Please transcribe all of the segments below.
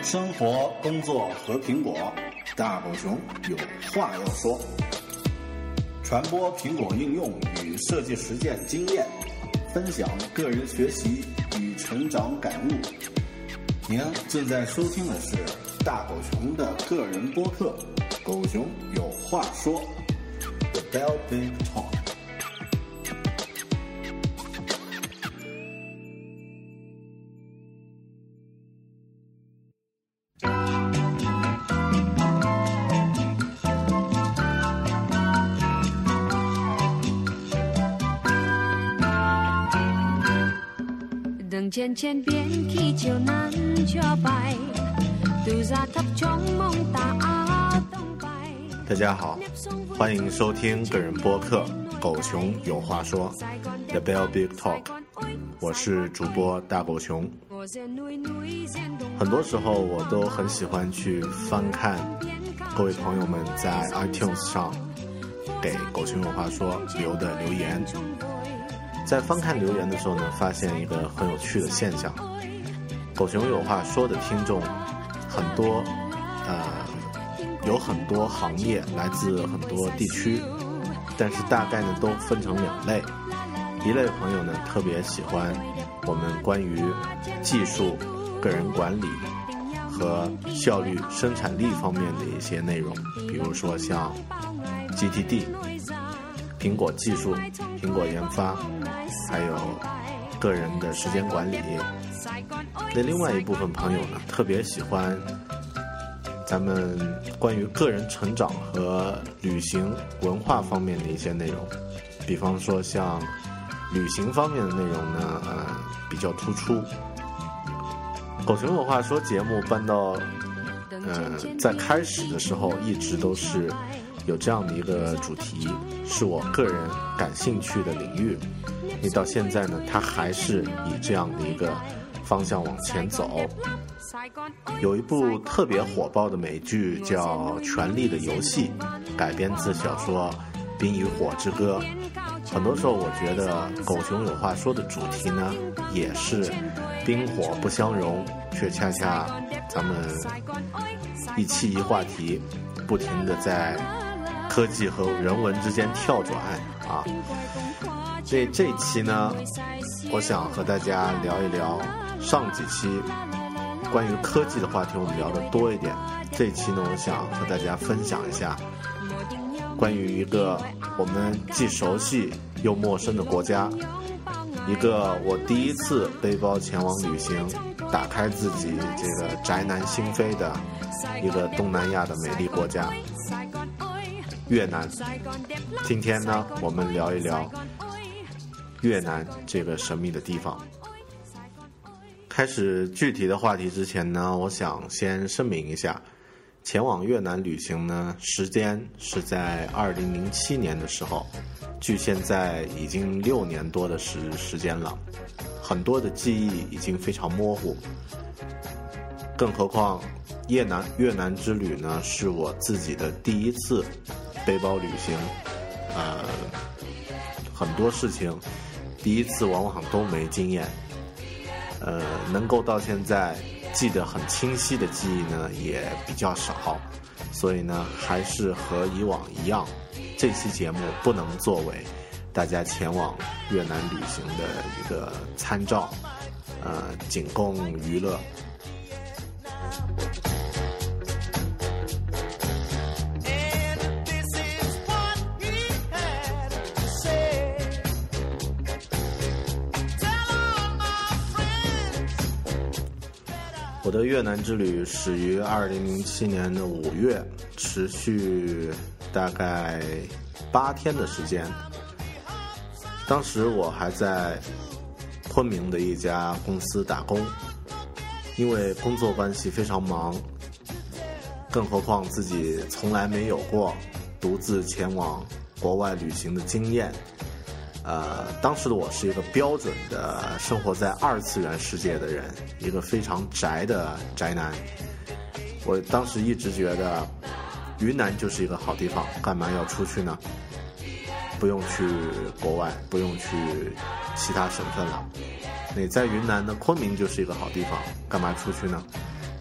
生活、工作和苹果，大狗熊有话要说。传播苹果应用与设计实践经验，分享个人学习与成长感悟。您正在收听的是大狗熊的个人播客《狗熊有话说》The Bell Big Talk。大家好，欢迎收听个人播客《狗熊有话说》The Bell Big Talk， 我是主播大狗熊。很多时候我都很喜欢去翻看各位朋友们在 iTunes 上给《狗熊有话说》留的留言。在翻看留言的时候呢，发现一个很有趣的现象，狗熊有话说的听众很多，有很多行业，来自很多地区，但是大概呢都分成两类。一类朋友呢特别喜欢我们关于技术、个人管理和效率、生产力方面的一些内容，比如说像 GTD、苹果技术、苹果研发，还有个人的时间管理。那另外一部分朋友呢，特别喜欢咱们关于个人成长和旅行文化方面的一些内容，比方说像旅行方面的内容呢，比较突出。狗熊有话说节目搬到在开始的时候一直都是有这样的一个主题，是我个人感兴趣的领域。你到现在呢，它还是以这样的一个方向往前走。有一部特别火爆的美剧叫《权力的游戏》，改编自小说《冰与火之歌》。很多时候我觉得狗熊有话说的主题呢，也是冰火不相容，却恰恰咱们一期一话题，不停地在科技和人文之间跳转啊。这一期呢，我想和大家聊一聊上几期关于科技的话题，我们聊得多一点。这一期呢，我想和大家分享一下关于一个我们既熟悉又陌生的国家，一个我第一次背包前往旅行，打开自己这个宅男心扉的一个东南亚的美丽国家越南。今天呢，我们聊一聊越南这个神秘的地方。开始具体的话题之前呢，我想先声明一下，前往越南旅行呢，时间是在2007年的时候，距现在已经6年多的时间了，很多的记忆已经非常模糊。更何况越南之旅呢，是我自己的第一次背包旅行，很多事情第一次往往都没经验，能够到现在记得很清晰的记忆呢也比较少，所以呢还是和以往一样，这期节目不能作为大家前往越南旅行的一个参照，仅供娱乐。我的越南之旅始于2007年的5月，持续大概8天的时间。当时我还在昆明的一家公司打工，因为工作关系非常忙，更何况自己从来没有过独自前往国外旅行的经验。当时的我是一个标准的生活在2次元世界的人，一个非常宅的宅男。我当时一直觉得云南就是一个好地方，干嘛要出去呢？不用去国外，不用去其他省份了。你在云南的昆明就是一个好地方，干嘛出去呢？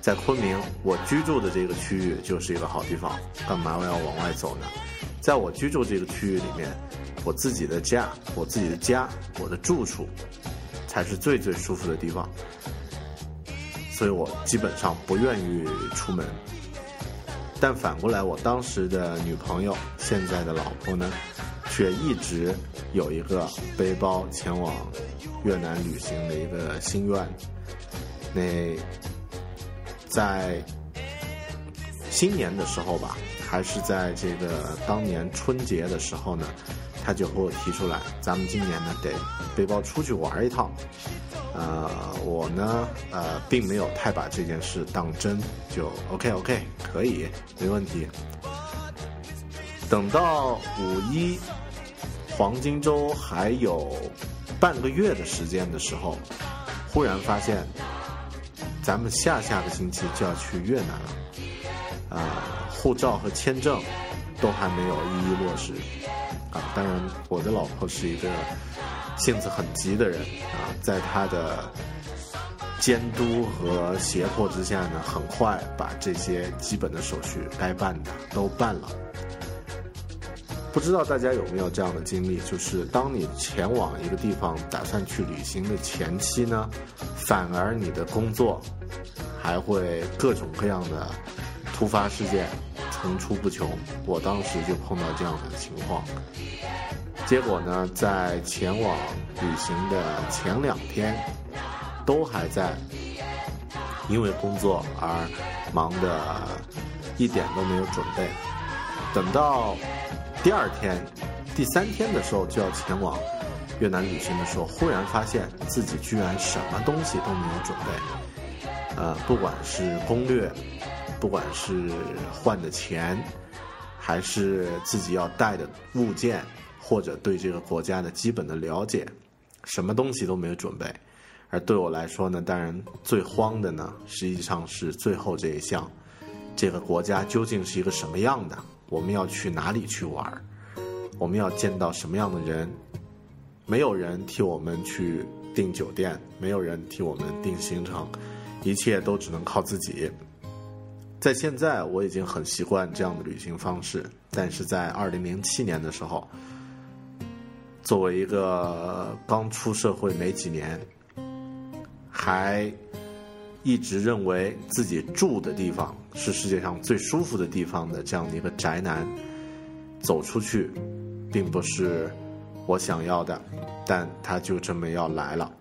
在昆明，我居住的这个区域就是一个好地方，干嘛我要往外走呢？在我居住这个区域里面，我自己的家，我的住处才是最最舒服的地方，所以我基本上不愿意出门。但反过来，我当时的女朋友，现在的老婆呢，却一直有一个背包前往越南旅行的一个心愿。那在新年的时候吧，还是在这个当年春节的时候呢，他就和我提出来，咱们今年呢得背包出去玩一趟。我呢并没有太把这件事当真，就 OK 可以，没问题。等到5·1黄金周还有半个月的时间的时候，忽然发现咱们下个星期就要去越南了，护照和签证都还没有一一落实当然我的老婆是一个性子很急的人在她的监督和胁迫之下呢，很快把这些基本的手续该办的都办了。不知道大家有没有这样的经历，就是当你前往一个地方打算去旅行的前期呢，反而你的工作还会各种各样的突发事件层出不穷。我当时就碰到这样的情况，结果呢，在前往旅行的前2天都还在因为工作而忙得一点都没有准备。等到第2天、第3天的时候就要前往越南旅行的时候，忽然发现自己居然什么东西都没有准备。不管是攻略，不管是换的钱，还是自己要带的物件，或者对这个国家的基本的了解，什么东西都没有准备。而对我来说呢，当然最慌的呢，实际上是最后这一项，这个国家究竟是一个什么样的，我们要去哪里去玩，我们要见到什么样的人，没有人替我们去订酒店，没有人替我们订行程，一切都只能靠自己。在现在我已经很习惯这样的旅行方式，但是在2007年的时候，作为一个刚出社会没几年，还一直认为自己住的地方是世界上最舒服的地方的这样的一个宅男，走出去并不是我想要的，但他就这么要来了。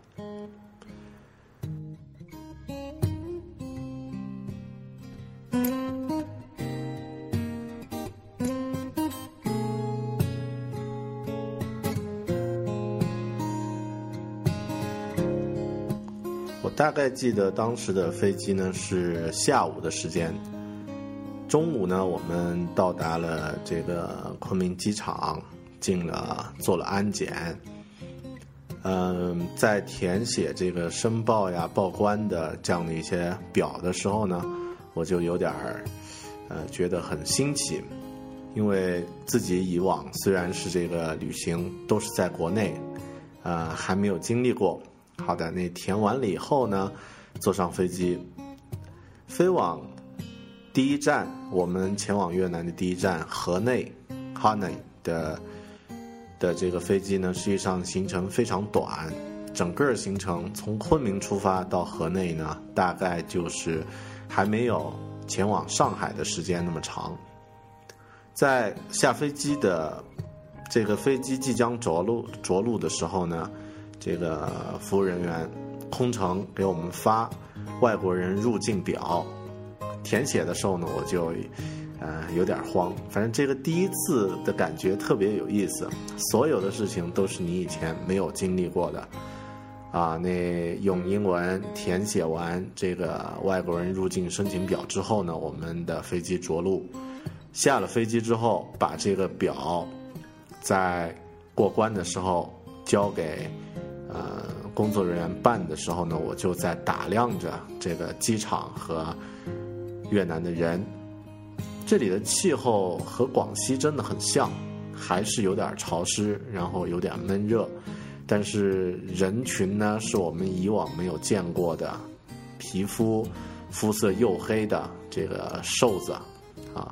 我大概记得当时的飞机呢是下午的时间，中午呢我们到达了这个昆明机场，做了安检。在填写这个申报呀、报关的这样的一些表的时候呢，我就有点觉得很新奇，因为自己以往虽然是这个旅行都是在国内，还没有经历过。好的，那填完了以后呢，坐上飞机，飞往第一站，我们前往越南的第一站河内 Hanoi 的这个飞机呢，实际上行程非常短，整个行程从昆明出发到河内呢，大概就是还没有前往上海的时间那么长。在下飞机的这个飞机即将着陆的时候呢，这个服务人员空乘给我们发外国人入境表，填写的时候呢，我就有点慌。反正这个第一次的感觉特别有意思，所有的事情都是你以前没有经历过的那用英文填写完这个外国人入境申请表之后呢，我们的飞机着陆，下了飞机之后，把这个表在过关的时候交给工作人员办的时候呢，我就在打量着这个机场和越南的人。这里的气候和广西真的很像，还是有点潮湿，然后有点闷热，但是人群呢是我们以往没有见过的，皮肤肤色黝黑的这个瘦子啊。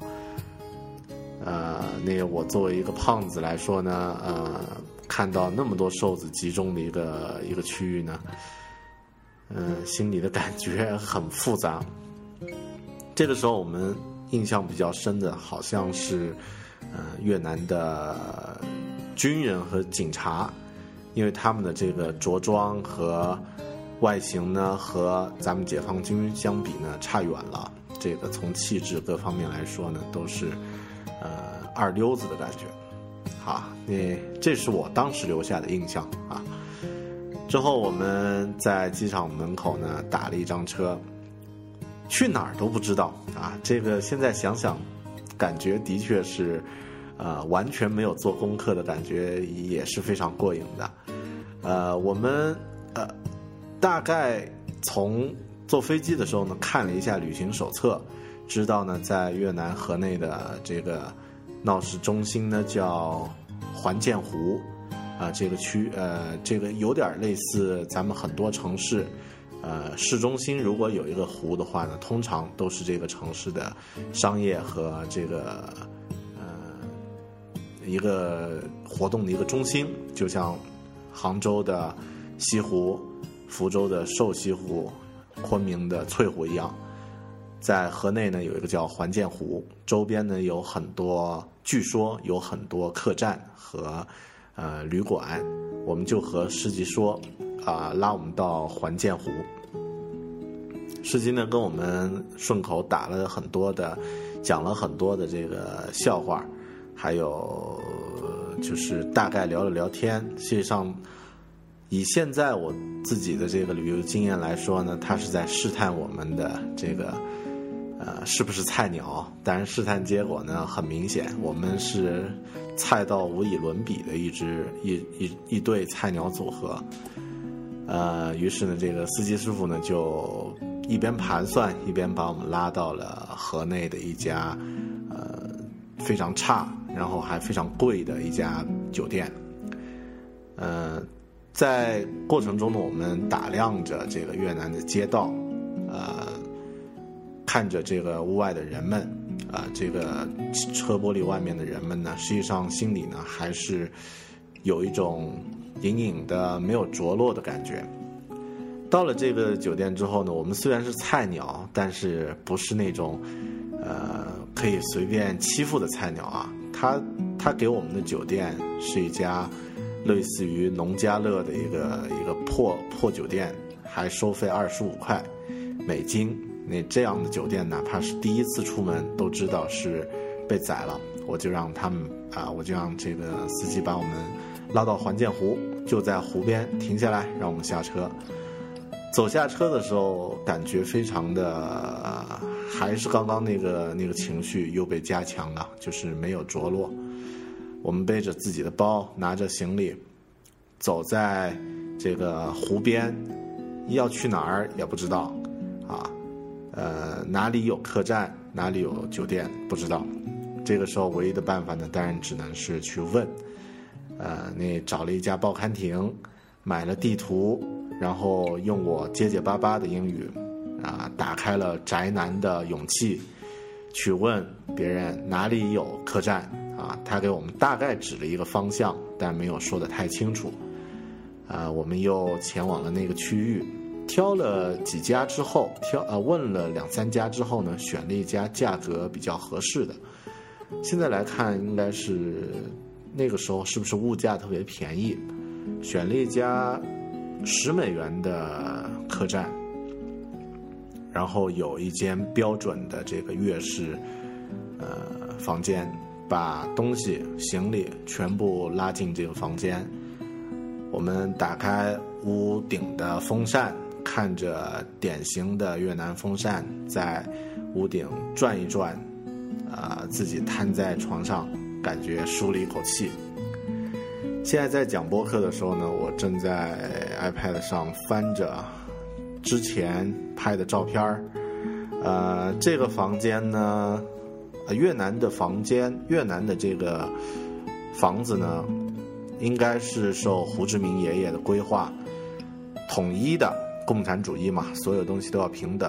那个我作为一个胖子来说呢，看到那么多瘦子集中的一个区域呢，心里的感觉很复杂。这个时候我们印象比较深的好像是越南的军人和警察，因为他们的这个着装和外形呢和咱们解放军相比呢差远了，这个从气质各方面来说呢都是二流子的感觉。好，这是我当时留下的印象啊。之后我们在机场门口呢打了一张车，去哪儿都不知道啊。这个现在想想，感觉的确是完全没有做功课的感觉，也是非常过瘾的。我们大概从坐飞机的时候呢看了一下旅行手册，知道呢在越南河内的这个闹市中心呢叫环建湖这个区这个有点类似咱们很多城市市中心如果有一个湖的话呢，通常都是这个城市的商业和这个一个活动的一个中心，就像杭州的西湖、福州的瘦西湖、昆明的翠湖一样。在河内呢有一个叫环建湖，周边呢有很多，据说有很多客栈和旅馆。我们就和司机说拉我们到环建湖。司机呢跟我们顺口讲了很多的这个笑话，还有就是大概聊了聊天。实际上以现在我自己的这个旅游经验来说呢，他是在试探我们的这个是不是菜鸟。当然试探结果呢很明显，我们是菜到无以伦比的一对菜鸟组合。于是呢这个司机师傅呢就一边盘算一边把我们拉到了河内的一家非常差然后还非常贵的一家酒店。在过程中呢我们打量着这个越南的街道，看着这个屋外的人们这个车玻璃外面的人们呢，实际上心里呢还是有一种隐隐的没有着落的感觉。到了这个酒店之后呢，我们虽然是菜鸟，但是不是那种可以随便欺负的菜鸟啊。他给我们的酒店是一家类似于农家乐的一个破酒店，还收费25块美金。那这样的酒店哪怕是第一次出门都知道是被宰了。我就让这个司机把我们拉到环建湖，就在湖边停下来让我们下车。走下车的时候感觉非常的还是刚刚那个情绪又被加强了，就是没有着落。我们背着自己的包，拿着行李走在这个湖边，要去哪儿也不知道哪里有客栈哪里有酒店不知道。这个时候唯一的办法呢当然只能是去问。那找了一家报刊亭，买了地图，然后用我结结巴巴的英语打开了宅男的勇气去问别人哪里有客栈他给我们大概指了一个方向，但没有说得太清楚。我们又前往了那个区域，挑了几家之后问了2-3家之后呢，选了一家价格比较合适的。现在来看应该是那个时候是不是物价特别便宜，选了一家10美元的客栈，然后有一间标准的这个粤式房间，把东西行李全部拉进这个房间。我们打开屋顶的风扇，看着典型的越南风扇在屋顶转一转，自己瘫在床上，感觉舒了一口气。现在在讲播客的时候呢，我正在 iPad 上翻着之前拍的照片。这个房间呢，越南的这个房子呢，应该是受胡志明爷爷的规划统一的共产主义嘛，所有东西都要平等，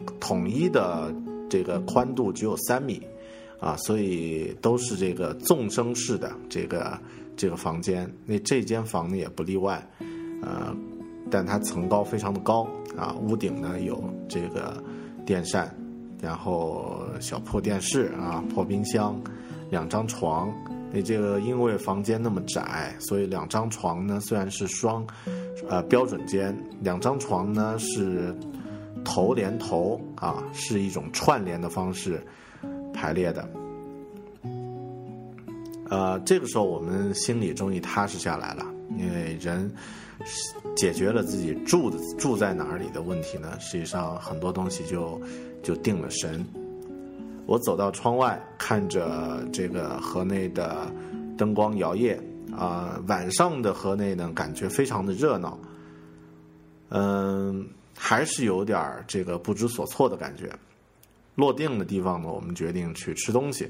统一的这个宽度只有3米啊，所以都是这个纵深式的这个房间。那这间房呢也不例外，但它层高非常的高啊，屋顶呢有这个电扇，然后小破电视啊，破冰箱，2张床。那这个因为房间那么窄，所以2张床呢虽然是标准间，2张床呢是头连头啊，是一种串联的方式排列的。这个时候我们心里终于踏实下来了，因为人解决了自己住在哪里的问题呢，实际上很多东西就定了神。我走到窗外，看着这个河内的灯光摇曳晚上的河内呢，感觉非常的热闹，还是有点这个不知所措的感觉。落定的地方呢，我们决定去吃东西。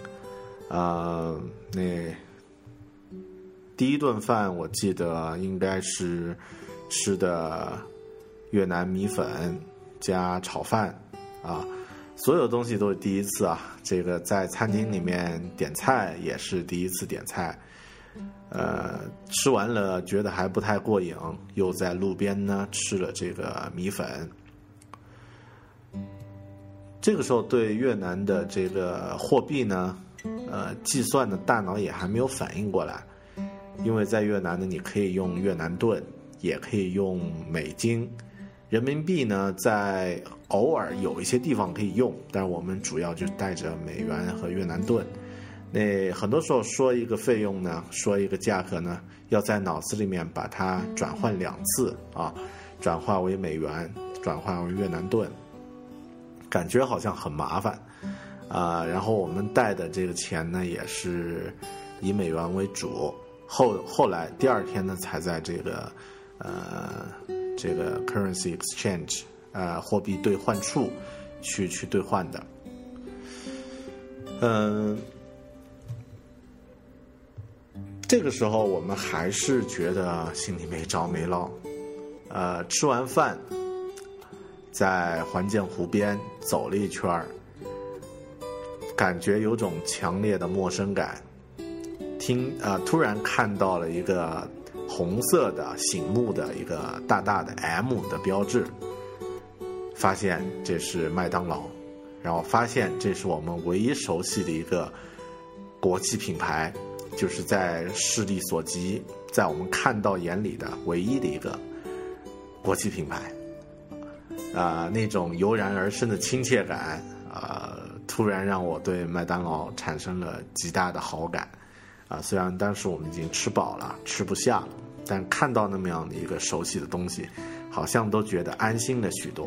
那第一顿饭我记得应该是吃的越南米粉加炒饭啊，所有东西都是第一次啊。这个在餐厅里面点菜也是第一次点菜，吃完了觉得还不太过瘾，又在路边呢吃了这个米粉。这个时候对越南的这个货币呢，计算的大脑也还没有反应过来，因为在越南呢，你可以用越南盾，也可以用美金，人民币呢，在偶尔有一些地方可以用，但是我们主要就带着美元和越南盾。那很多时候说一个费用呢，说一个价格呢，要在脑子里面把它转换2次啊，转化为美元，转换为越南盾，感觉好像很麻烦然后我们带的这个钱呢，也是以美元为主。后来第2天呢，才在这个currency exchange 货币兑换处去兑换的。这个时候我们还是觉得心里没着没落。吃完饭在环建湖边走了一圈，感觉有种强烈的陌生感。突然看到了一个红色的醒目的一个大大的 M 的标志，发现这是麦当劳，然后发现这是我们唯一熟悉的一个国际品牌，就是在视力所及，在我们看到眼里的唯一的一个国际品牌。那种油然而生的亲切感突然让我对麦当劳产生了极大的好感虽然当时我们已经吃饱了，吃不下了，但看到那么样的一个熟悉的东西，好像都觉得安心了许多。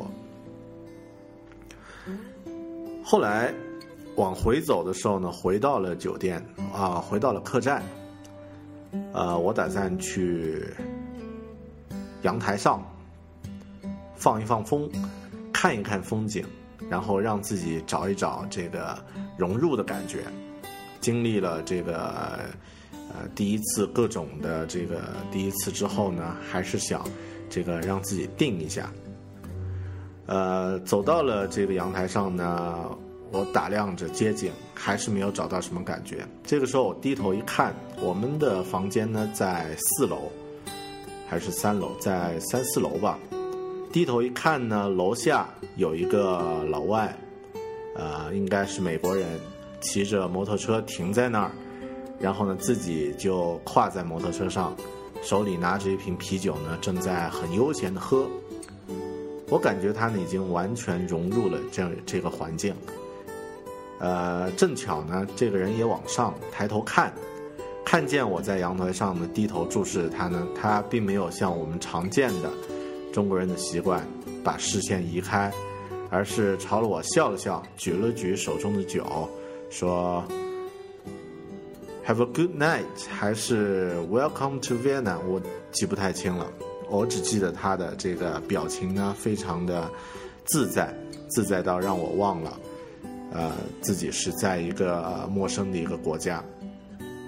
后来往回走的时候呢，回到了酒店回到了客栈我打算去阳台上放一放风，看一看风景，然后让自己找一找这个融入的感觉。经历了这个第一次各种的这个第一次之后呢，还是想这个让自己定一下。走到了这个阳台上呢，我打量着街景，还是没有找到什么感觉。这个时候我低头一看，我们的房间呢在4楼还是3楼，在3、4楼吧。低头一看呢，楼下有一个老外应该是美国人，骑着摩托车停在那儿，然后呢自己就跨在摩托车上，手里拿着一瓶啤酒呢，正在很悠闲的喝。我感觉他呢已经完全融入了这个环境。正巧呢这个人也往上抬头看见我在阳台上呢低头注视他呢，他并没有像我们常见的中国人的习惯把视线移开，而是朝了我笑了笑，举了举手中的酒，说 Have a good night 还是 Welcome to Vienna， 我记不太清了，我只记得他的这个表情呢非常的自在到让我忘了自己是在一个陌生的一个国家。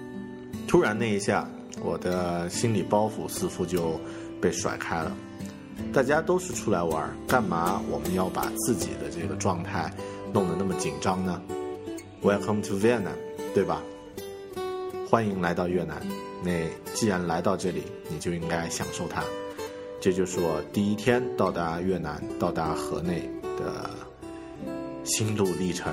突然那一下，我的心理包袱似乎就被甩开了， 大家都是出来玩，干嘛我们要把自己的这个状态弄得那么紧张呢？ Welcome to Vietnam， 对吧？欢迎来到越南，那既然来到这里，你就应该享受它。这就是我第一天到达越南，到达河内的心路历程。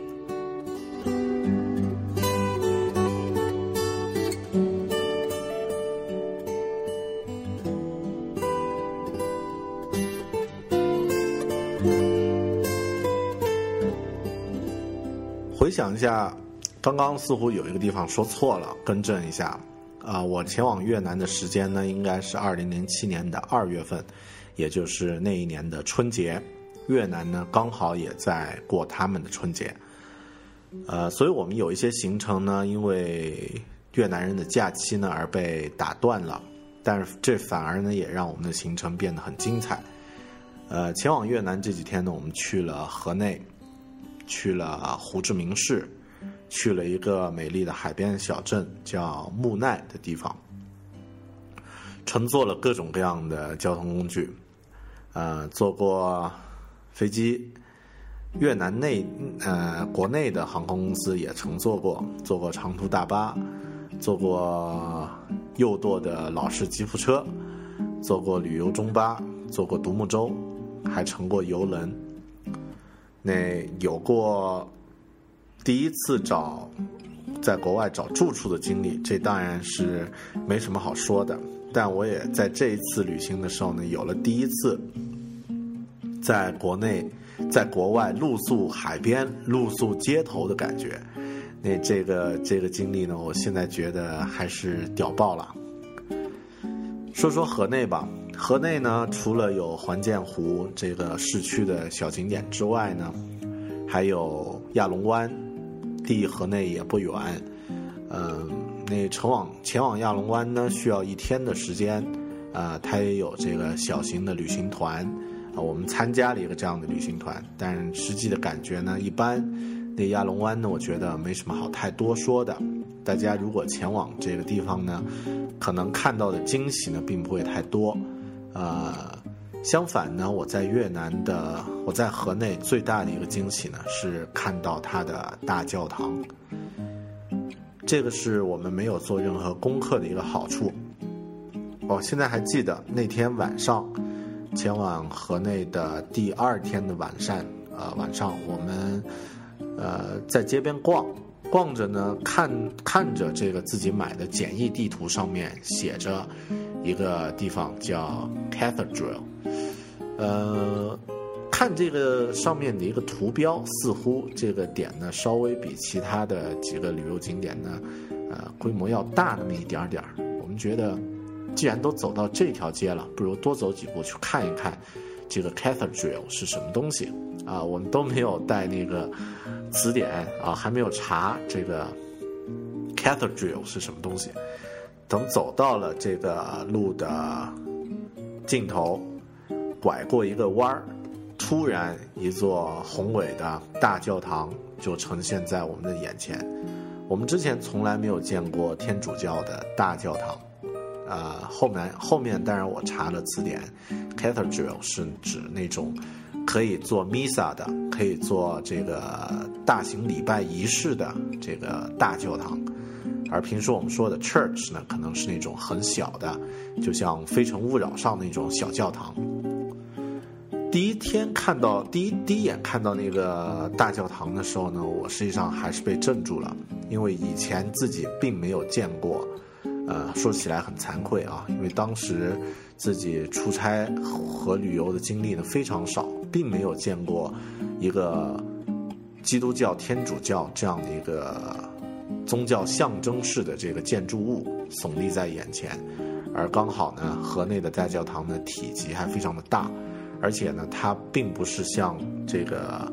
回想一下，刚刚似乎有一个地方说错了，更正一下。我前往越南的时间呢，应该是2007年的2月份，也就是那一年的春节。越南呢，刚好也在过他们的春节。所以我们有一些行程呢，因为越南人的假期呢而被打断了，但是这反而呢也让我们的行程变得很精彩。前往越南这几天呢，我们去了河内，去了胡志明市，去了一个美丽的海边小镇叫木奈的地方，乘坐了各种各样的交通工具，坐过飞机，越南国内的航空公司也乘坐过，坐过长途大巴，坐过右舵的老式吉普车，坐过旅游中巴，坐过独木舟，还乘过游轮。那有过第一次在国外找住处的经历，这当然是没什么好说的，但我也在这一次旅行的时候呢，有了第一次在国外露宿海边、露宿街头的感觉。那这个经历呢，我现在觉得还是屌爆了。说说河内吧。河内呢，除了有环建湖这个市区的小景点之外呢，还有亚龙湾，离河内也不远。那前往亚龙湾呢，需要1天的时间。它也有这个小型的旅行团，我们参加了一个这样的旅行团，但实际的感觉呢一般。那亚龙湾呢，我觉得没什么好太多说的。大家如果前往这个地方呢，可能看到的惊喜呢并不会太多。相反呢，我在河内最大的一个惊喜呢，是看到它的大教堂。这个是我们没有做任何功课的一个好处。我现在还记得那天晚上前往河内的第2天的晚上我们在街边逛着呢，看着这个自己买的简易地图上面写着一个地方叫 Cathedral， 看这个上面的一个图标，似乎这个点呢稍微比其他的几个旅游景点呢，规模要大那么一点点。我们觉得，既然都走到这条街了，不如多走几步去看一看这个 Cathedral 是什么东西啊？我们都没有带那个词典啊，还没有查这个 Cathedral 是什么东西。等走到了这个路的尽头，拐过一个弯儿，突然一座宏伟的大教堂就呈现在我们的眼前。我们之前从来没有见过天主教的大教堂。后面当然我查了词典， Cathedral 是指那种可以做 Misa 的，可以做这个大型礼拜仪式的这个大教堂。而平时我们说的 church 呢，可能是那种很小的，就像《非诚勿扰》上那种小教堂。第一眼看到那个大教堂的时候呢，我实际上还是被镇住了，因为以前自己并没有见过。说起来很惭愧啊，因为当时自己出差和旅游的经历呢非常少，并没有见过一个基督教、天主教这样的一个宗教象征式的这个建筑物耸立在眼前。而刚好呢，河内的大教堂的体积还非常的大，而且呢，它并不是像这个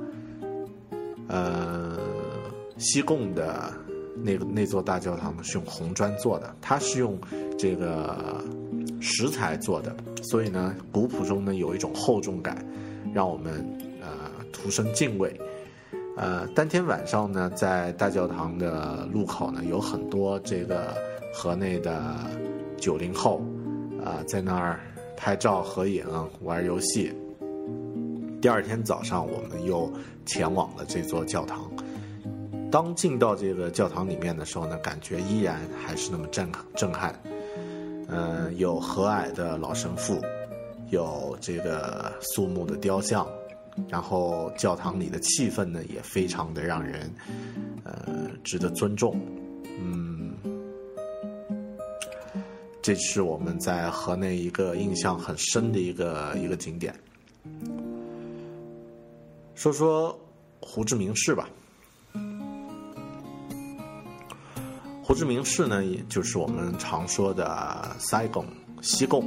西贡的那座大教堂是用红砖做的，它是用这个石材做的，所以呢，古朴中呢有一种厚重感，让我们徒生敬畏。当天晚上呢，在大教堂的路口呢，有很多这个河内的90后在那儿拍照合影玩游戏。第二天早上我们又前往了这座教堂。当进到这个教堂里面的时候呢，感觉依然还是那么震撼。有和蔼的老神父，有这个肃穆的雕像，然后教堂里的气氛呢也非常的让人值得尊重。这是我们在河内一个印象很深的一个景点。说说胡志明市吧。胡志明市呢，也就是我们常说的西贡。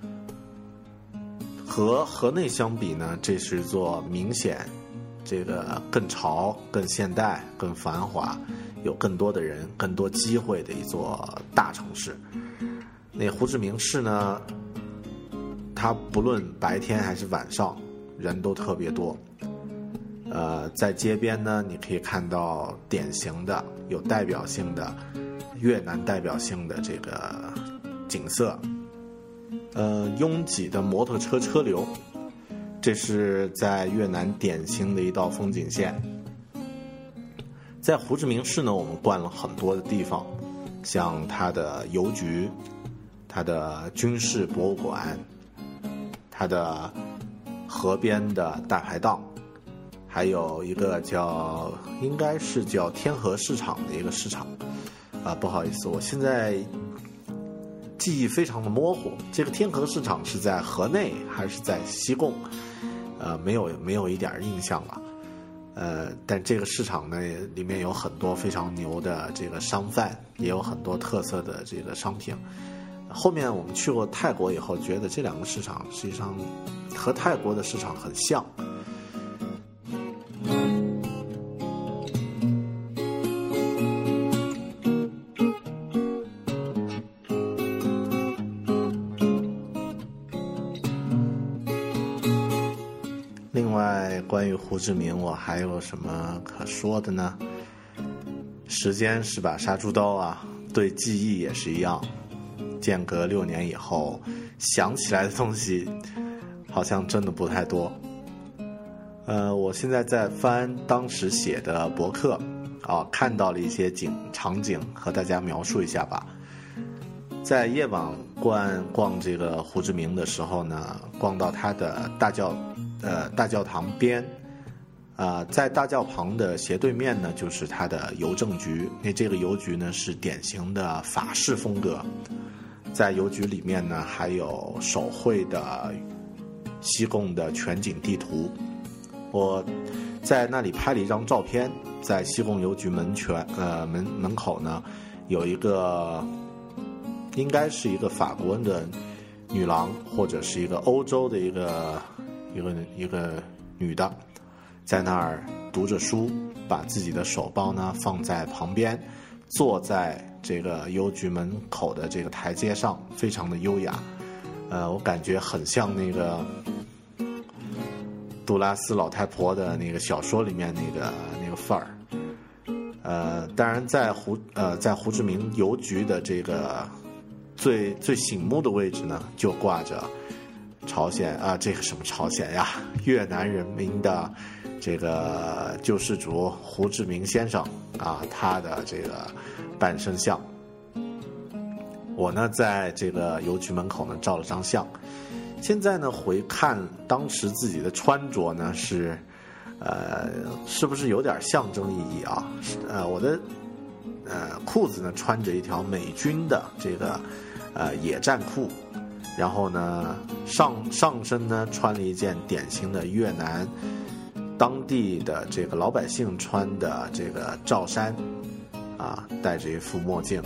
和河内相比呢，这是一座明显这个更潮、更现代、更繁华，有更多的人、更多机会的一座大城市。那胡志明市呢，它不论白天还是晚上，人都特别多。在街边呢，你可以看到典型的、有代表性的越南代表性的这个景色。拥挤的摩托车车流，这是在越南典型的一道风景线。在胡志明市呢，我们逛了很多的地方，像它的邮局、它的军事博物馆、它的河边的大排档，还有一个应该是叫天河市场的一个市场。不好意思，我现在记忆非常的模糊，这个天河市场是在河内还是在西贡？没有一点印象了。但这个市场呢，里面有很多非常牛的这个商贩，也有很多特色的这个商品。后面我们去过泰国以后，觉得这两个市场实际上和泰国的市场很像。另外，关于胡志明，我还有什么可说的呢？时间是把杀猪刀啊，对记忆也是一样。间隔6年以后，想起来的东西好像真的不太多。我现在在翻当时写的博客看到了一些场景，和大家描述一下吧。在夜晚逛这个胡志明的时候呢，逛到它的大教堂边，在大教堂的斜对面呢，就是它的邮政局。那这个邮局呢是典型的法式风格，在邮局里面呢还有手绘的西贡的全景地图。我在那里拍了一张照片，在西贡邮局门口呢，有一个应该是一个法国的女郎，或者是一个欧洲的一个女的，在那儿读着书，把自己的手包呢放在旁边，坐在这个邮局门口的这个台阶上，非常的优雅。我感觉很像那个杜拉斯老太婆的那个小说里面那个范儿。当然在胡志明邮局的这个最醒目的位置呢，就挂着朝鲜这个什么朝鲜呀，越南人民的这个救世主胡志明先生他的这个半身像。我呢在这个邮局门口呢照了张相。现在呢回看当时自己的穿着呢是不是有点象征意义啊？我的裤子呢穿着一条美军的这个野战裤，然后呢上身呢穿了一件典型的越南当地的这个老百姓穿的这个罩衫，戴着一副墨镜。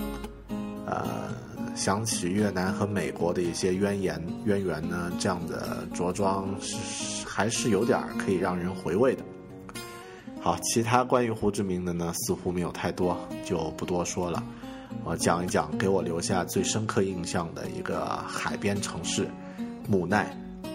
想起越南和美国的一些渊源呢，这样的着装还是有点可以让人回味的。好，其他关于胡志明的呢似乎没有太多，就不多说了。我讲一讲给我留下最深刻印象的一个海边城市木奈。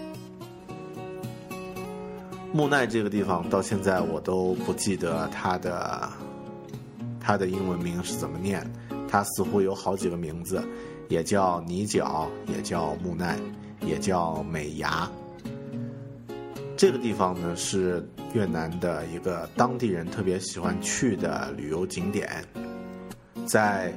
木奈这个地方到现在我都不记得它的英文名是怎么念，它似乎有好几个名字，也叫泥角，也叫木奈， 也叫美崖。这个地方呢是越南的一个当地人特别喜欢去的旅游景点。在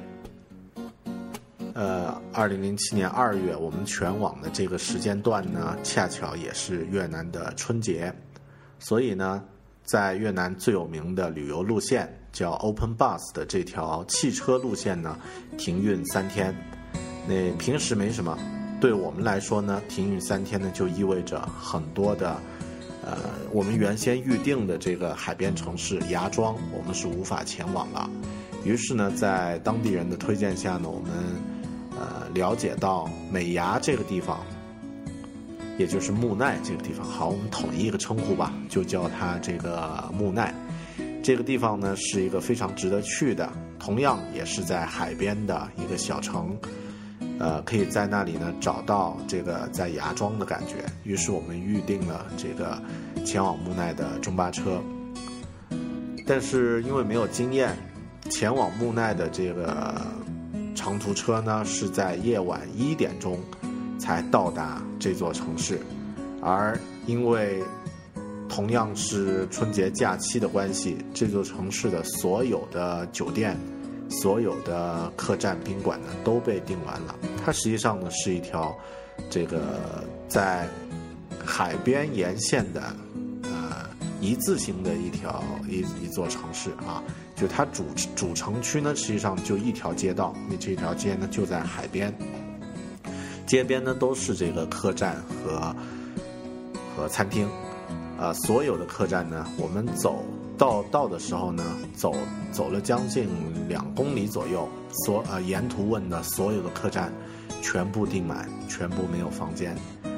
2007年2月，我们全网的这个时间段呢，恰巧也是越南的春节，所以呢，在越南最有名的旅游路线叫 Open Bus 的这条汽车路线呢，停运3天。那平时没什么，对我们来说呢，停运3天呢，就意味着很多的我们原先预定的这个海边城市芽庄，我们是无法前往了。于是呢，在当地人的推荐下呢，我们了解到美崖这个地方，也就是木奈这个地方，好，我们统一一个称呼吧，就叫它这个木奈。这个地方呢是一个非常值得去的，同样也是在海边的一个小城，可以在那里呢找到这个在芽庄的感觉。于是我们预定了这个前往木奈的中巴车，但是因为没有经验，前往木奈的这个长途车呢是在夜晚1点钟才到达这座城市，而因为同样是春节假期的关系，这座城市的所有的酒店、所有的客栈、宾馆呢都被订完了。它实际上呢是一条这个在海边沿线的一字形的一座城市啊，就它主城区呢实际上就一条街道，那这条街呢就在海边，街边呢都是这个客栈和餐厅，所有的客栈呢，我们到的时候呢，走了将近2公里左右，沿途问的所有的客栈全部订满，全部没有房间。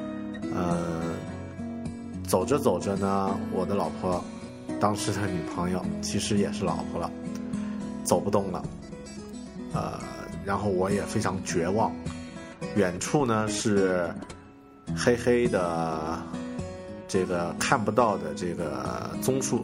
走着走着呢，我的老婆，当时的女朋友，其实也是老婆了，走不动了，然后我也非常绝望。远处呢是黑黑的，这个看不到的这个棕树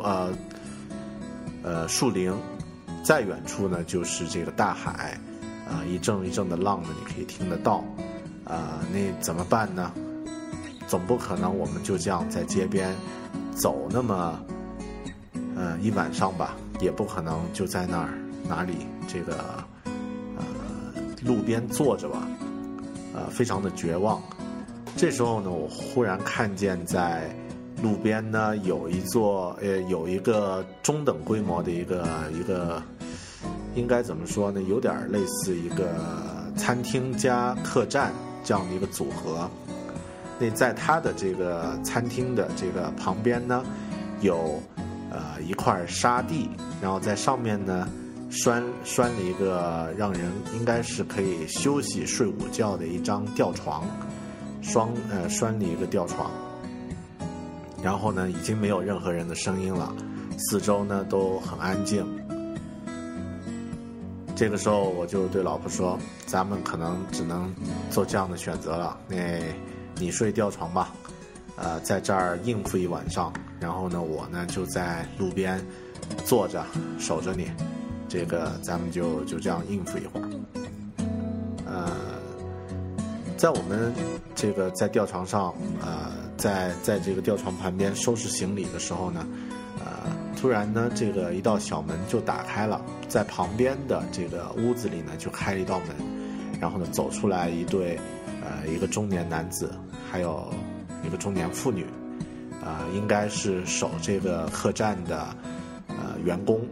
树林，再远处呢就是这个大海，一阵一阵的浪呢，你可以听得到。那怎么办呢？总不可能我们就这样在街边走那么一晚上吧，也不可能就在哪里这个路边坐着吧，非常的绝望。这时候呢，我忽然看见在路边呢有一个中等规模的一个应该怎么说呢，有点类似一个餐厅加客栈这样的一个组合。那在它的这个餐厅的这个旁边呢，有一块沙地，然后在上面呢拴了一个让人应该是可以休息睡午觉的一张吊床，拴了一个吊床。然后呢，已经没有任何人的声音了，四周呢都很安静。这个时候我就对老婆说，咱们可能只能做这样的选择了，那你睡吊床吧，在这儿应付一晚上，然后呢我呢就在路边坐着守着你，这个咱们就这样应付一会儿。在我们这个在吊床上在这个吊床旁边收拾行李的时候呢，突然呢这个一道小门就打开了，在旁边的这个屋子里呢就开了一道门，然后呢走出来一个中年男子，还有一个中年妇女，应该是守这个客栈的员工，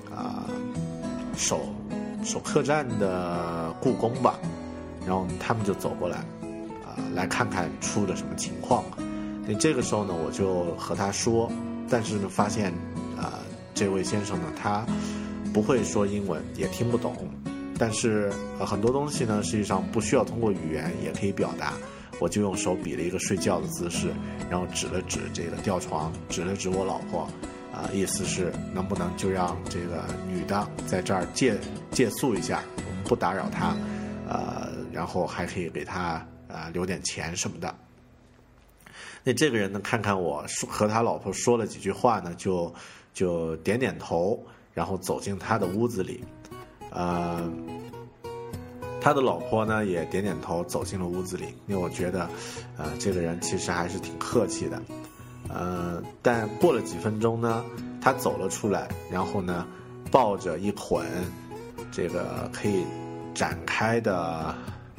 守客栈的雇工吧。然后他们就走过来，来看看出了什么情况。那这个时候呢，我就和他说，但是呢，发现这位先生呢，他不会说英文，也听不懂。但是很多东西呢，实际上不需要通过语言也可以表达。我就用手比了一个睡觉的姿势，然后指了指这个吊床，指了指我老婆，意思是能不能就让这个女的在这儿借宿一下，我们不打扰她，然后还可以给她留点钱什么的。那这个人呢，看看我和他老婆说了几句话呢，就点点头，然后走进他的屋子里。 他的老婆呢也点点头走进了屋子里，因为我觉得这个人其实还是挺客气的。但过了几分钟呢，他走了出来，然后呢抱着一捆这个可以展开的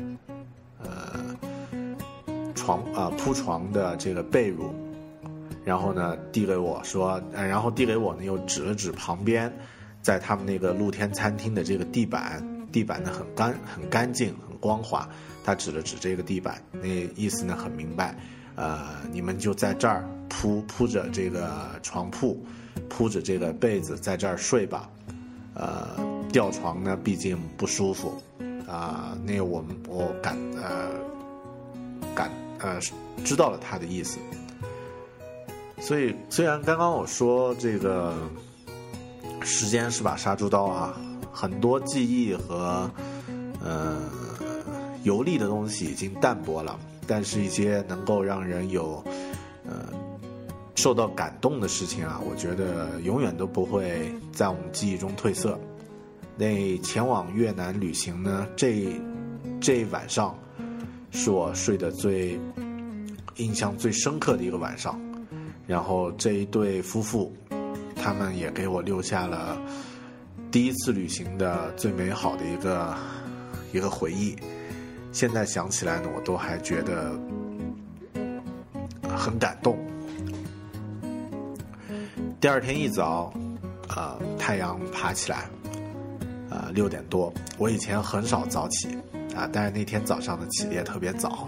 铺床的这个被褥，然后呢递给我说，然后递给我呢又指了指旁边，在他们那个露天餐厅的这个地板呢很干净很光滑，他指了指这个地板，那意思呢很明白，你们就在这儿铺着这个床铺，铺着这个被子在这儿睡吧，吊床呢毕竟不舒服，那个我知道了他的意思。所以虽然刚刚我说这个时间是把杀猪刀啊，很多记忆和游历的东西已经淡薄了，但是一些能够让人有受到感动的事情啊，我觉得永远都不会在我们记忆中褪色。那前往越南旅行呢，这一晚上是我睡得印象最深刻的一个晚上。然后这一对夫妇，他们也给我留下了第一次旅行的最美好的一个回忆。现在想起来呢，我都还觉得很感动。第二天一早，太阳爬起来，6点多。我以前很少早起但是那天早上的起得也特别早。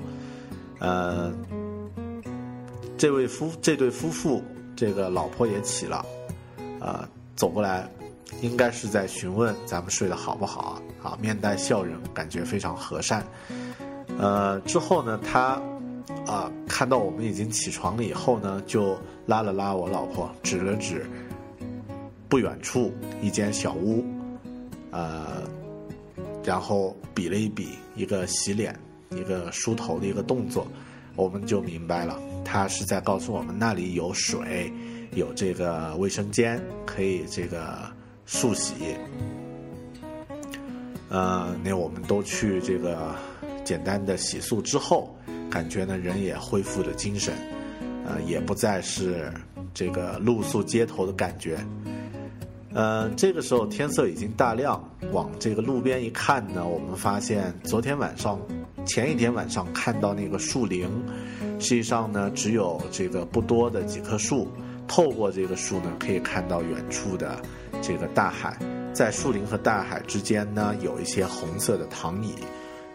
这对夫妇，这个老婆也起了，走过来，应该是在询问咱们睡得好不好啊，面带笑容，感觉非常和善。之后呢，他看到我们已经起床了以后呢，就拉了拉我老婆，指了指不远处一间小屋，然后比了一比一个洗脸、一个梳头的一个动作，我们就明白了，他是在告诉我们那里有水，有这个卫生间，可以这个漱洗。那我们都去这个简单的洗漱之后，感觉呢人也恢复了精神，也不再是这个露宿街头的感觉。这个时候天色已经大亮，往这个路边一看呢，我们发现前一天晚上看到那个树林，实际上呢只有这个不多的几棵树，透过这个树呢可以看到远处的这个大海，在树林和大海之间呢有一些红色的躺椅，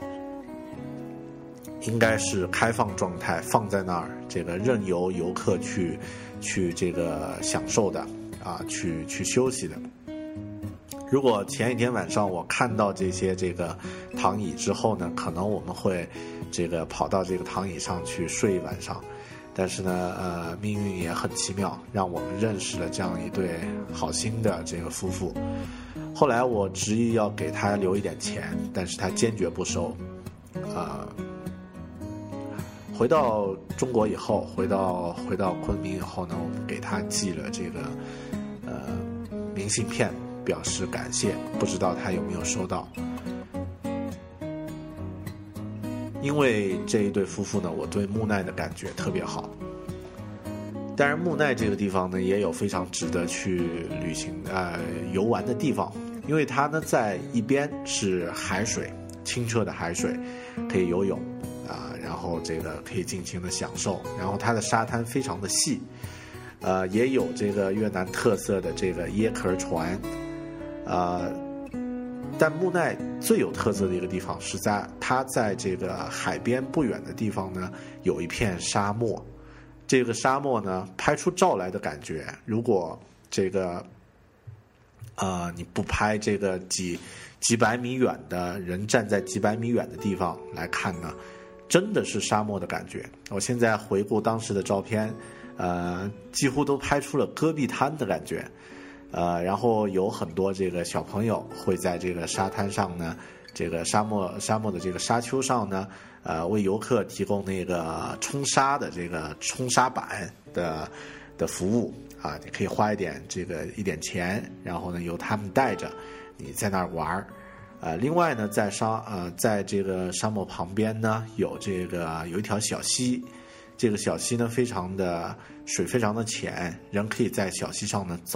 应该是开放状态放在那儿，这个任由游客去这个享受的去休息的。如果前一天晚上我看到这些这个躺椅之后呢，可能我们会这个跑到这个躺椅上去睡一晚上。但是呢命运也很奇妙，让我们认识了这样一对好心的这个夫妇。后来我执意要给他留一点钱，但是他坚决不收。回到中国以后，回到昆明以后呢，我们给他寄了这个明信片，表示感谢，不知道他有没有收到。因为这一对夫妇呢，我对木奈的感觉特别好。当然木奈这个地方呢，也有非常值得去旅行游玩的地方，因为它呢在一边是海水，清澈的海水，可以游泳然后这个可以尽情的享受，然后它的沙滩非常的细，也有这个越南特色的这个椰壳船，但木奈最有特色的一个地方是它在这个海边不远的地方呢，有一片沙漠。这个沙漠呢，拍出照来的感觉，如果这个你不拍这个几百米远的人站在几百米远的地方来看呢，真的是沙漠的感觉。我现在回顾当时的照片，几乎都拍出了戈壁滩的感觉。然后有很多这个小朋友会在这个沙滩上呢，这个沙漠的这个沙丘上呢，为游客提供那个冲沙的这个冲沙板的服务你可以花一点钱，然后呢由他们带着你在那儿玩另外呢，在这个沙漠旁边呢，有一条小溪，这个小溪呢水非常的浅，人可以在小溪上呢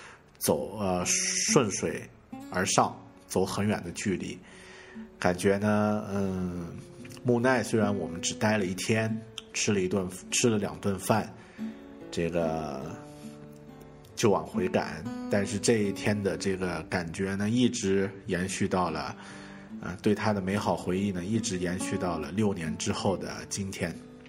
顺水而上，走很远的距离。感觉呢，木奈虽然我们只待了1天，吃了2顿饭，这个就往回赶，但是这一天的这个感觉呢，一直延续到了，对他的美好回忆呢，一直延续到了6年之后的今天。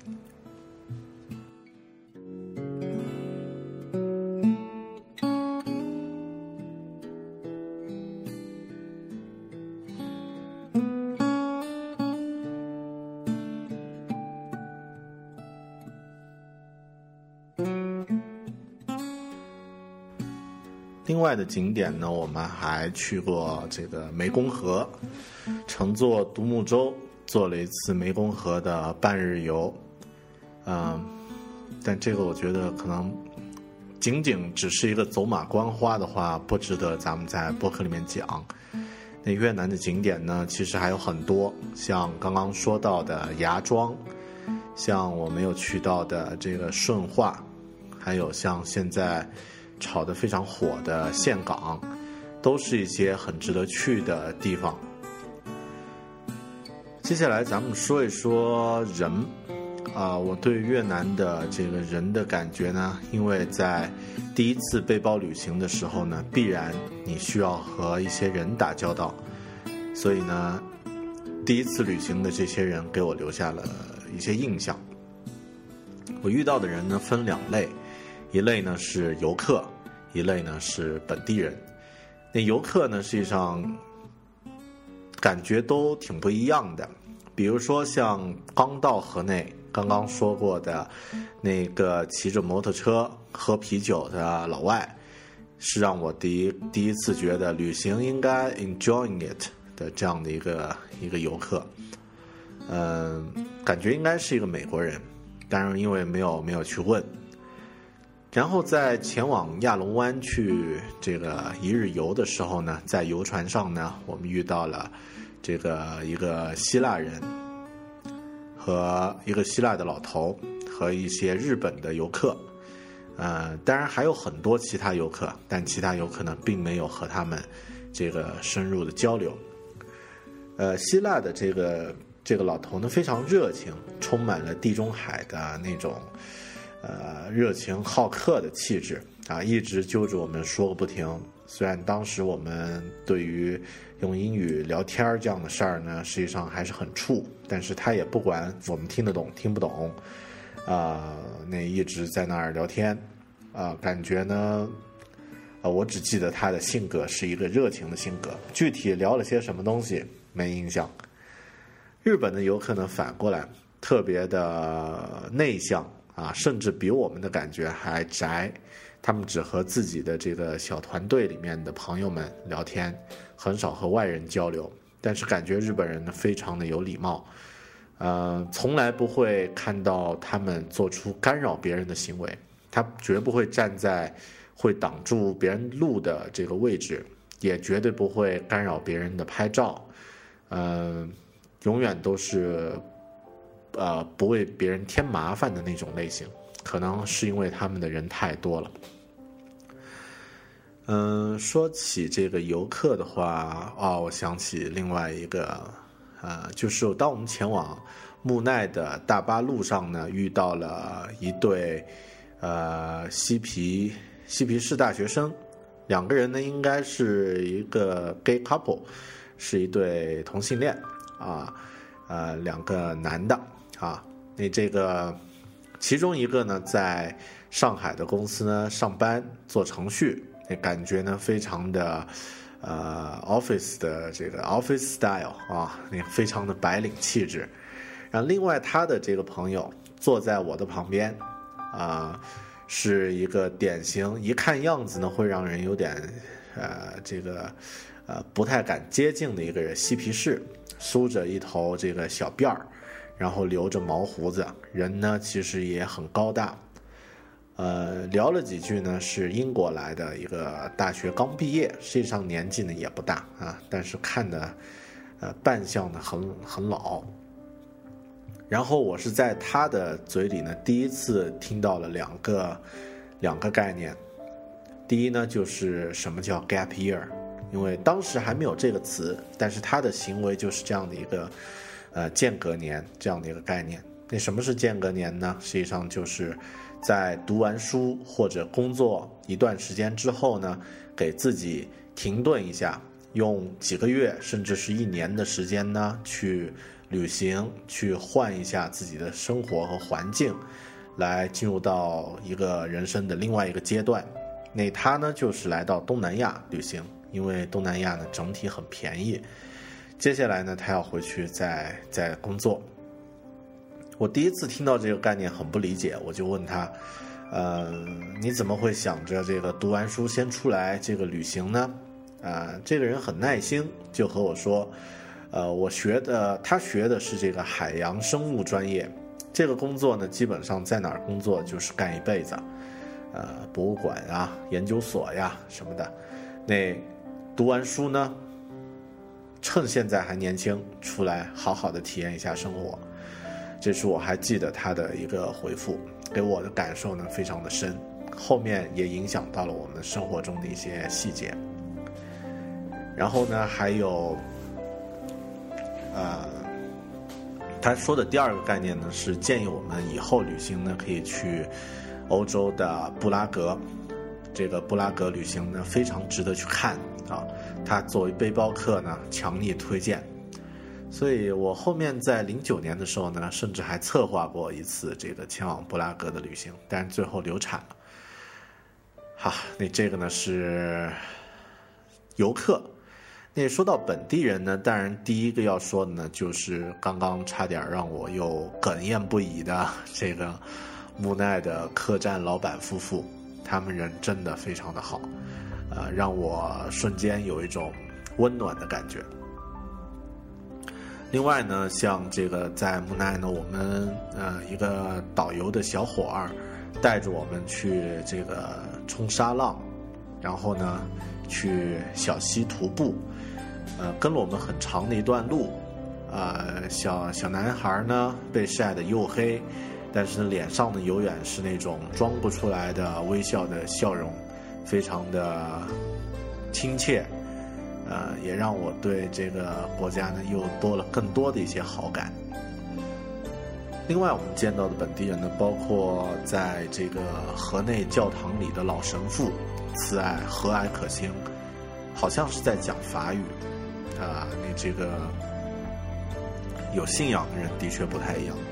另外的景点呢，我们还去过这个湄公河，乘坐独木舟做了一次湄公河的半日游。但这个我觉得可能仅仅只是一个走马观花的话，不值得咱们在播客里面讲。那越南的景点呢，其实还有很多，像刚刚说到的芽庄，像我们有去到的这个顺化，还有像现在炒得非常火的岘港，都是一些很值得去的地方。接下来咱们说一说人我对越南的这个人的感觉呢，因为在第一次背包旅行的时候呢，必然你需要和一些人打交道，所以呢，第一次旅行的这些人给我留下了一些印象。我遇到的人呢分2类，一类呢是游客，一类呢是本地人。那游客呢，实际上感觉都挺不一样的。比如说像刚到河内，刚刚说过的那个骑着摩托车喝啤酒的老外，是让我第一次觉得旅行应该 enjoying it 的这样的一个游客。感觉应该是一个美国人，当然因为没有去问。然后在前往亚龙湾去这个1日游的时候呢，在游船上呢，我们遇到了一个希腊人和一个希腊的老头和一些日本的游客，当然还有很多其他游客，但其他游客呢并没有和他们这个深入的交流。希腊的这个老头呢非常热情，充满了地中海的那种热情好客的气质啊，一直揪着我们说个不停。虽然当时我们对于用英语聊天这样的事儿呢，实际上还是很怵，但是他也不管我们听得懂听不懂，那一直在那儿聊天，感觉呢，我只记得他的性格是一个热情的性格，具体聊了些什么东西没印象。日本的游客呢，反过来特别的内向甚至比我们的感觉还宅。他们只和自己的这个小团队里面的朋友们聊天，很少和外人交流。但是感觉日本人呢非常的有礼貌，从来不会看到他们做出干扰别人的行为，他绝不会站在会挡住别人路的这个位置，也绝对不会干扰别人的拍照，永远都是不为别人添麻烦的那种类型。可能是因为他们的人太多了。说起这个游客的话，我想起另外一个，就是当我们前往木奈的大巴路上呢，遇到了一对嬉皮士大学生，2个人呢应该是一个 gay couple， 是一对同性恋2个男的那这个其中一个呢在上海的公司呢上班做程序，那感觉呢非常的office 的这个 office style那非常的白领气质。然后另外他的这个朋友坐在我的旁边是一个典型一看样子呢会让人有点不太敢接近的一个人，嬉皮士，梳着一头这个小辫儿，然后留着毛胡子，人呢其实也很高大。 聊了几句呢，是英国来的一个大学刚毕业，实际上年纪呢也不大啊，但是看的扮相呢很老。然后我是在他的嘴里呢第一次听到了两个概念。第一呢就是什么叫 gap year， 因为当时还没有这个词，但是他的行为就是这样的一个间隔年这样的一个概念。那什么是间隔年呢？实际上就是在读完书或者工作一段时间之后呢，给自己停顿一下，用几个月甚至是1年的时间呢去旅行，去换一下自己的生活和环境，来进入到一个人生的另外一个阶段。那他呢就是来到东南亚旅行，因为东南亚呢整体很便宜。接下来呢他要回去再工作。我第一次听到这个概念很不理解，我就问他你怎么会想着这个读完书先出来这个旅行呢？这个人很耐心，就和我说他学的是这个海洋生物专业，这个工作呢基本上在哪儿工作就是干一辈子，博物馆啊、研究所呀什么的。那读完书呢，趁现在还年轻，出来好好的体验一下生活。这是我还记得他的一个回复，给我的感受呢非常的深，后面也影响到了我们生活中的一些细节。然后呢还有他说的第二个概念呢是建议我们以后旅行呢可以去欧洲的布拉格，这个布拉格旅行呢非常值得去看啊，他作为背包客呢强力推荐。所以我后面在09年的时候呢，甚至还策划过一次这个前往布拉格的旅行，但是最后流产了。好，那这个呢是游客。那说到本地人呢，当然第一个要说的呢，就是刚刚差点让我又哽咽不已的这个木奈的客栈老板夫妇，他们人真的非常的好，让我瞬间有一种温暖的感觉。另外呢，像这个在木奈呢，我们一个导游的小伙儿带着我们去这个冲沙浪，然后呢去小溪徒步，跟了我们很长的一段路。小男孩呢被晒得黝黑，但是脸上呢永远是那种装不出来的微笑的笑容，非常的亲切。也让我对这个国家呢又多了更多的一些好感。另外我们见到的本地人呢，包括在这个河内教堂里的老神父，慈爱和蔼可亲，好像是在讲法语。你这个有信仰的人的确不太一样。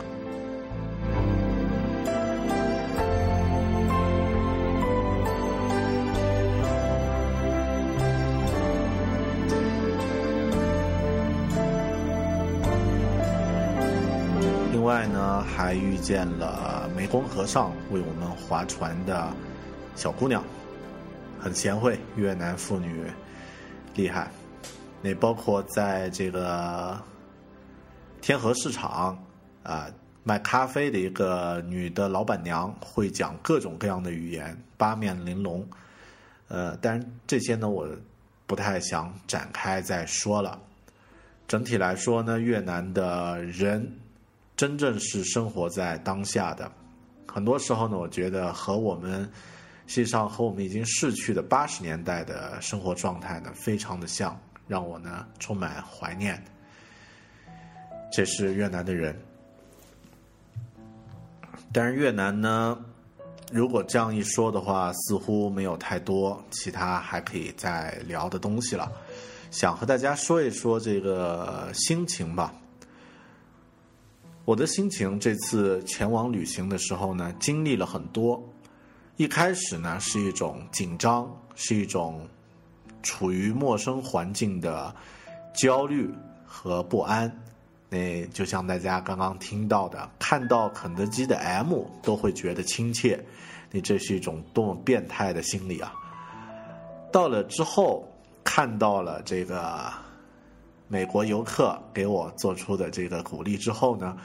另外呢，还遇见了湄公河上为我们划船的小姑娘，很贤惠，越南妇女厉害。那包括在这个天河市场卖咖啡的一个女的老板娘，会讲各种各样的语言，八面玲珑。但是这些呢，我不太想展开再说了。整体来说呢，越南的人真正是生活在当下的，很多时候呢，我觉得实际上和我们已经逝去的80年代的生活状态呢，非常的像，让我呢充满怀念。这是越南的人。但是越南呢，如果这样一说的话，似乎没有太多其他还可以再聊的东西了。想和大家说一说这个心情吧。我的心情这次前往旅行的时候呢，经历了很多。一开始呢是一种紧张，是一种处于陌生环境的焦虑和不安。那就像大家刚刚听到的，看到肯德基的 M 都会觉得亲切，那这是一种多么变态的心理啊！到了之后，看到了这个美国游客给我做出的这个鼓励之后呢，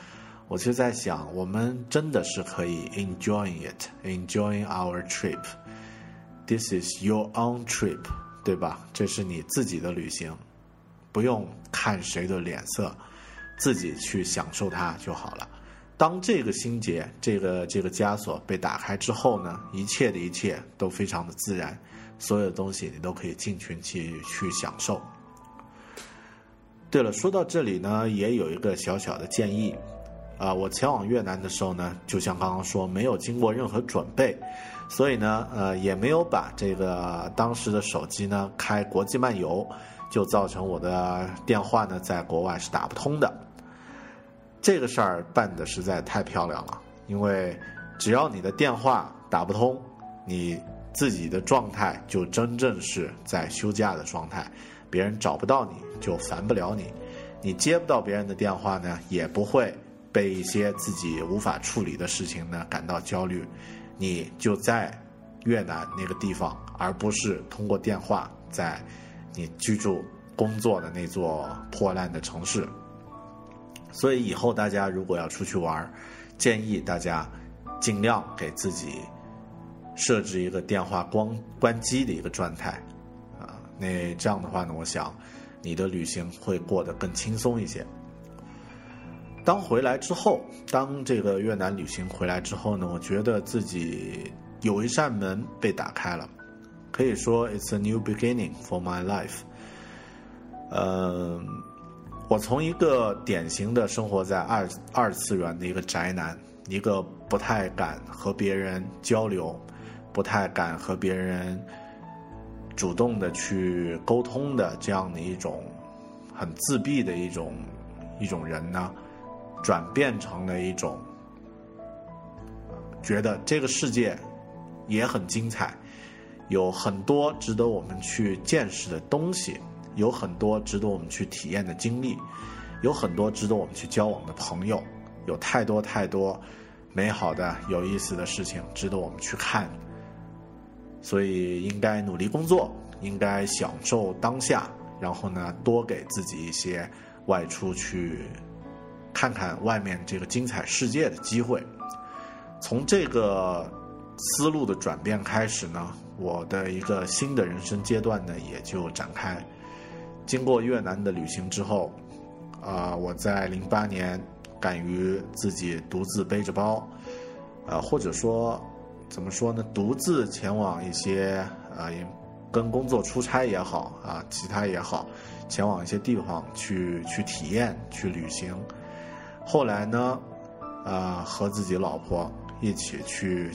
我就在想，我们真的是可以 enjoying our trip. This is your own trip, 对吧？这是你自己的旅行，不用看谁的脸色，自己去享受它就好了。当这个心结，这个枷锁被打开之后呢，一切的一切都非常的自然，所有的东西你都可以尽情去享受。对了，说到这里呢，也有一个小小的建议我前往越南的时候呢，就像刚刚说，没有经过任何准备，所以呢也没有把这个当时的手机呢开国际漫游，就造成我的电话呢在国外是打不通的。这个事儿办得实在太漂亮了，因为只要你的电话打不通，你自己的状态就真正是在休假的状态，别人找不到你就烦不了你，你接不到别人的电话呢，也不会被一些自己无法处理的事情呢感到焦虑，你就在越南那个地方，而不是通过电话在你居住工作的那座破烂的城市。所以以后大家如果要出去玩，建议大家尽量给自己设置一个电话关机的一个状态那这样的话呢，我想你的旅行会过得更轻松一些。当回来之后，当这个越南旅行回来之后呢，我觉得自己有一扇门被打开了，可以说 it's a new beginning for my life。我从一个典型的生活在二次元的一个宅男，一个不太敢和别人交流，不太敢和别人主动的去沟通的这样的一种很自闭的一种人呢，转变成了一种觉得这个世界也很精彩，有很多值得我们去见识的东西，有很多值得我们去体验的经历，有很多值得我们去交往的朋友，有太多太多美好的有意思的事情值得我们去看。所以应该努力工作，应该享受当下，然后呢多给自己一些外出去看看外面这个精彩世界的机会。从这个思路的转变开始呢，我的一个新的人生阶段呢也就展开。经过越南的旅行之后我在08年敢于自己独自背着包或者说怎么说呢，独自前往一些跟工作出差也好其他也好，前往一些地方去体验去旅行。后来呢和自己老婆一起去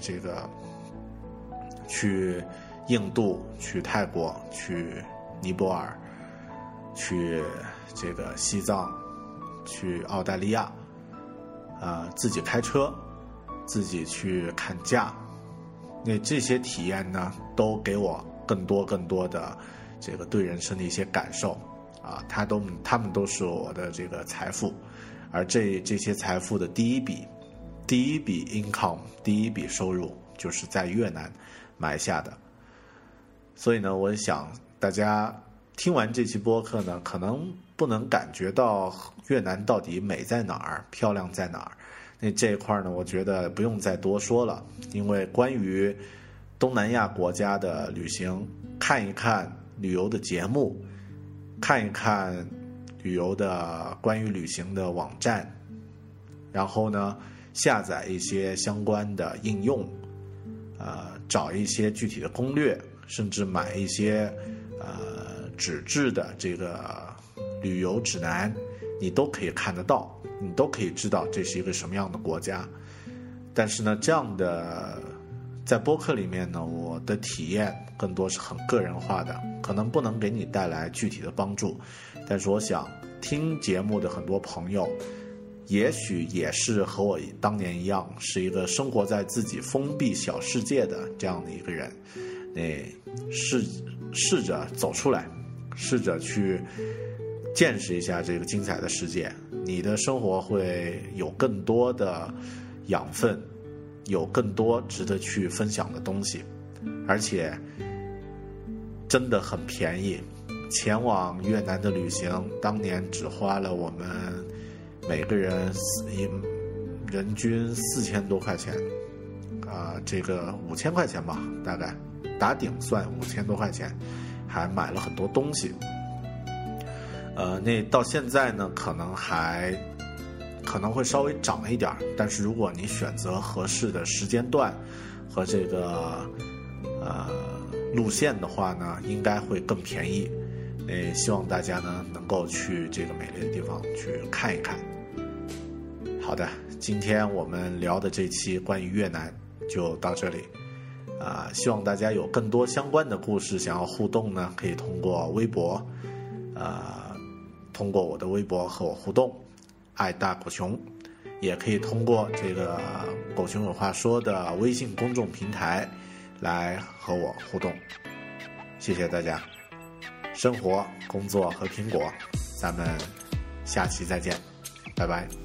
去印度，去泰国，去尼泊尔，去这个西藏，去澳大利亚自己开车，自己去看假。那这些体验呢都给我更多的这个对人生的一些感受他们都是我的这个财富，而这些财富的第一笔 income， 第一笔收入就是在越南埋下的。所以呢，我想大家听完这期播客呢，可能不能感觉到越南到底美在哪儿，漂亮在哪儿。那这一块呢，我觉得不用再多说了，因为关于东南亚国家的旅行，看一看旅游的节目，看一看旅游的关于旅行的网站，然后呢下载一些相关的应用找一些具体的攻略，甚至买一些纸质的这个旅游指南，你都可以看得到，你都可以知道这是一个什么样的国家。但是呢，这样的在播客里面呢，我的体验更多是很个人化的，可能不能给你带来具体的帮助。但是我想听节目的很多朋友也许也是和我当年一样，是一个生活在自己封闭小世界的这样的一个人，试着走出来，试着去见识一下这个精彩的世界，你的生活会有更多的养分，有更多值得去分享的东西，而且真的很便宜。前往越南的旅行当年只花了我们每个人人均4000多块钱，这个5000块钱吧，大概打顶算5000多块钱，还买了很多东西。那到现在呢，可能会稍微涨一点，但是如果你选择合适的时间段和这个路线的话呢，应该会更便宜。希望大家呢能够去这个美丽的地方去看一看。好的，今天我们聊的这期关于越南就到这里。希望大家有更多相关的故事想要互动呢，可以通过微博，通过我的微博和我互动，爱大狗熊，也可以通过这个狗熊有话说的微信公众平台来和我互动。谢谢大家，生活、工作和苹果，咱们下期再见，拜拜。